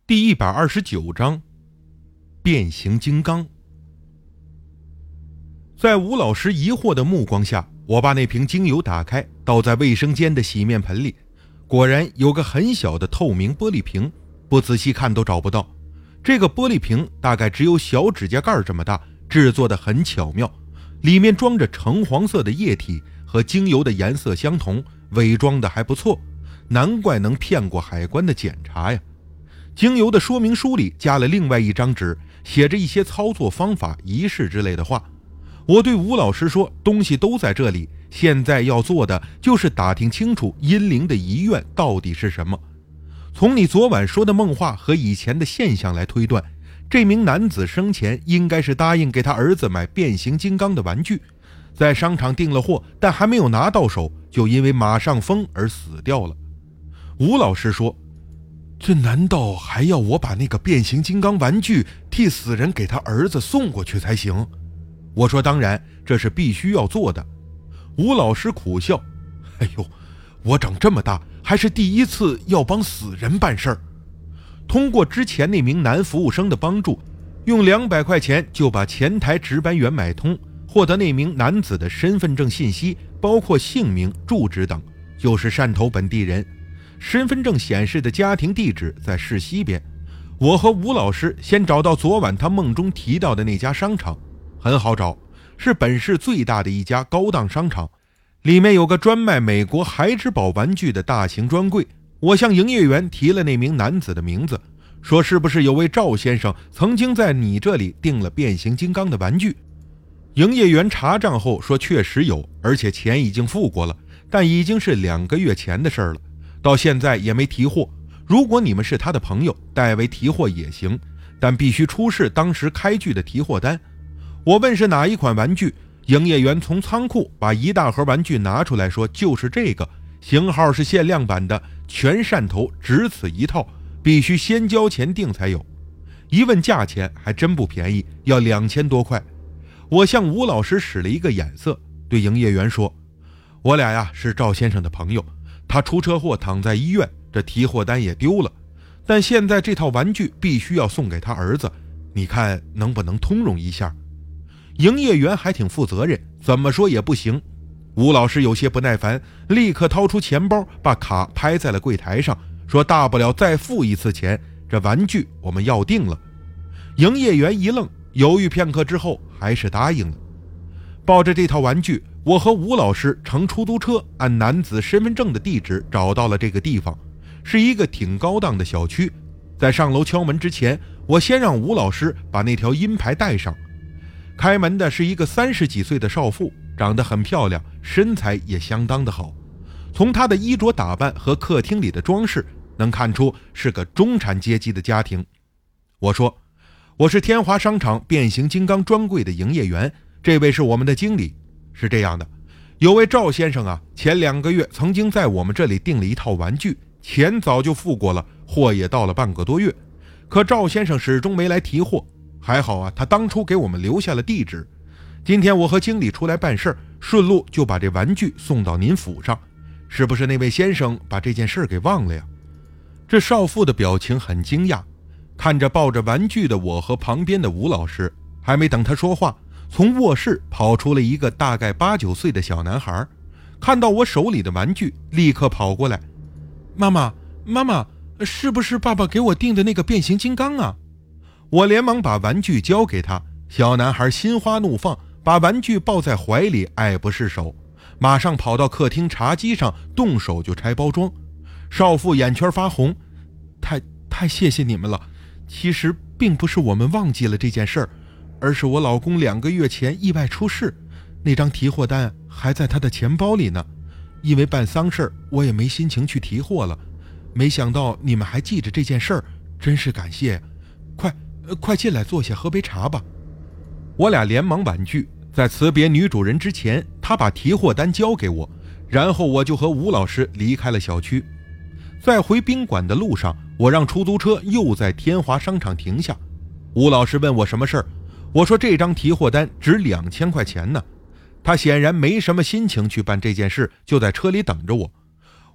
第129章变形金刚。在吴老师疑惑的目光下，我把那瓶精油打开，倒在卫生间的洗面盆里。果然有个很小的透明玻璃瓶，不仔细看都找不到。这个玻璃瓶大概只有小指甲盖这么大，制作得很巧妙，里面装着橙黄色的液体，和精油的颜色相同，伪装得还不错，难怪能骗过海关的检查呀。精油的说明书里加了另外一张纸，写着一些操作方法、仪式之类的话。我对吴老师说，东西都在这里，现在要做的就是打听清楚阴灵的遗愿到底是什么。从你昨晚说的梦话和以前的现象来推断，这名男子生前应该是答应给他儿子买变形金刚的玩具，在商场订了货，但还没有拿到手，就因为马上疯而死掉了。吴老师说，这难道还要我把那个变形金刚玩具替死人给他儿子送过去才行？我说当然，这是必须要做的。吴老师苦笑，哎呦，我长这么大还是第一次要帮死人办事儿。通过之前那名男服务生的帮助，用200块钱就把前台值班员买通，获得那名男子的身份证信息，包括姓名、住址等，就是汕头本地人。身份证显示的家庭地址在市西边。我和吴老师先找到昨晚他梦中提到的那家商场，很好找，是本市最大的一家高档商场，里面有个专卖美国孩之宝玩具的大型专柜。我向营业员提了那名男子的名字，说是不是有位赵先生曾经在你这里订了变形金刚的玩具。营业员查账后说确实有，而且钱已经付过了，但已经是2个月前的事了，到现在也没提货。如果你们是他的朋友，代为提货也行，但必须出示当时开具的提货单。我问是哪一款玩具，营业员从仓库把一大盒玩具拿出来，说就是这个，型号是限量版的，全汕头只此一套，必须先交钱订才有。一问价钱还真不便宜，要2000多块。我向吴老师使了一个眼色，对营业员说，我俩呀是赵先生的朋友，他出车祸躺在医院，这提货单也丢了，但现在这套玩具必须要送给他儿子，你看能不能通融一下？营业员还挺负责任，怎么说也不行。吴老师有些不耐烦，立刻掏出钱包，把卡拍在了柜台上，说大不了再付一次钱，这玩具我们要定了。营业员一愣，犹豫片刻之后还是答应了。抱着这套玩具，我和吴老师乘出租车，按男子身份证的地址找到了这个地方，是一个挺高档的小区。在上楼敲门之前，我先让吴老师把那条阴牌带上。开门的是一个30几岁的少妇，长得很漂亮，身材也相当的好。从她的衣着打扮和客厅里的装饰，能看出是个中产阶级的家庭。我说，我是天华商场变形金刚专柜的营业员，这位是我们的经理。是这样的，有位赵先生啊，前2个月曾经在我们这里订了一套玩具，钱早就付过了，货也到了半个多月，可赵先生始终没来提货。还好啊，他当初给我们留下了地址。今天我和经理出来办事，顺路就把这玩具送到您府上，是不是那位先生把这件事给忘了呀？这少妇的表情很惊讶，看着抱着玩具的我和旁边的吴老师，还没等他说话，从卧室跑出了一个大概8、9岁的小男孩，看到我手里的玩具，立刻跑过来，妈妈，妈妈，是不是爸爸给我订的那个变形金刚啊？我连忙把玩具交给他，小男孩心花怒放，把玩具抱在怀里，爱不释手，马上跑到客厅茶几上，动手就拆包装。少妇眼圈发红，太谢谢你们了，其实并不是我们忘记了这件事儿，而是我老公2个月前意外出事，那张提货单还在他的钱包里呢，因为办丧事我也没心情去提货了，没想到你们还记着这件事儿，真是感谢。快进来坐下喝杯茶吧。我俩连忙婉拒，在辞别女主人之前，她把提货单交给我，然后我就和吴老师离开了小区。在回宾馆的路上，我让出租车又在天华商场停下。吴老师问我什么事儿，我说这张提货单值2000块钱呢。他显然没什么心情去办这件事，就在车里等着我。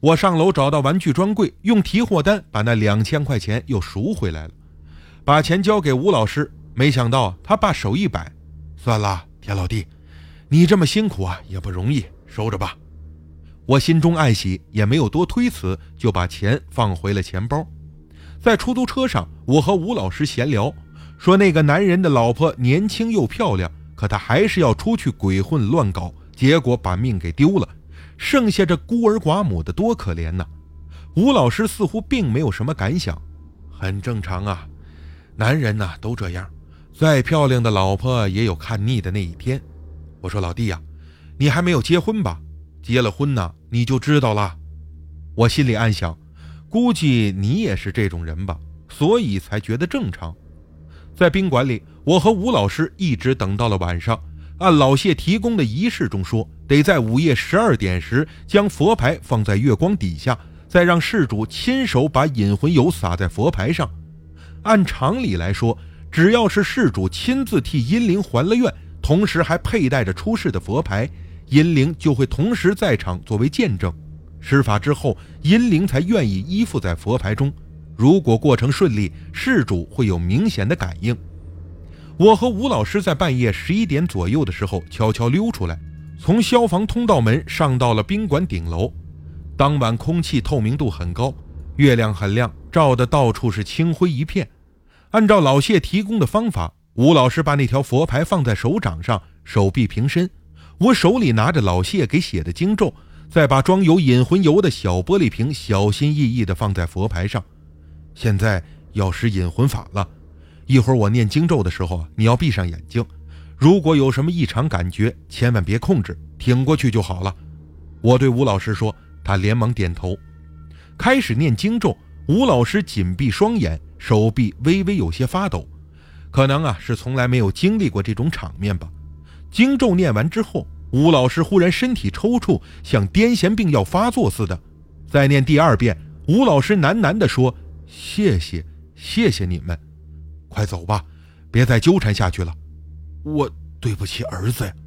我上楼找到玩具专柜，用提货单把那2000块钱又赎回来了，把钱交给吴老师。没想到他把手一摆，算了，田老弟，你这么辛苦啊也不容易，收着吧。我心中暗喜，也没有多推辞，就把钱放回了钱包。在出租车上，我和吴老师闲聊，说那个男人的老婆年轻又漂亮，可他还是要出去鬼混乱搞，结果把命给丢了，剩下这孤儿寡母的多可怜呐。吴老师似乎并没有什么感想，很正常啊，男人呐都这样，再漂亮的老婆也有看腻的那一天。我说老弟呀，你还没有结婚吧？结了婚呢你就知道了。我心里暗想，估计你也是这种人吧，所以才觉得正常。在宾馆里，我和吴老师一直等到了晚上。按老谢提供的仪式中说，得在午夜12点时将佛牌放在月光底下，再让事主亲手把引魂油撒在佛牌上。按常理来说，只要是事主亲自替阴灵还了愿，同时还佩戴着出世的佛牌，阴灵就会同时在场作为见证。施法之后，阴灵才愿意依附在佛牌中。如果过程顺利，事主会有明显的感应。我和吴老师在半夜11点左右的时候悄悄溜出来，从消防通道门上到了宾馆顶楼。当晚空气透明度很高，月亮很亮，照得到处是青灰一片。按照老谢提供的方法，吴老师把那条佛牌放在手掌上，手臂平伸，我手里拿着老谢给写的经咒，再把装有引魂油的小玻璃瓶小心翼翼地放在佛牌上。现在要使引魂法了，一会儿我念经咒的时候，你要闭上眼睛，如果有什么异常感觉，千万别控制，挺过去就好了。我对吴老师说，他连忙点头。开始念经咒，吴老师紧闭双眼，手臂微微有些发抖，可能是从来没有经历过这种场面吧。经咒念完之后，吴老师忽然身体抽搐，像癫痫病要发作似的。再念第2遍，吴老师喃喃地说，谢谢你们，快走吧，别再纠缠下去了。我对不起儿子呀。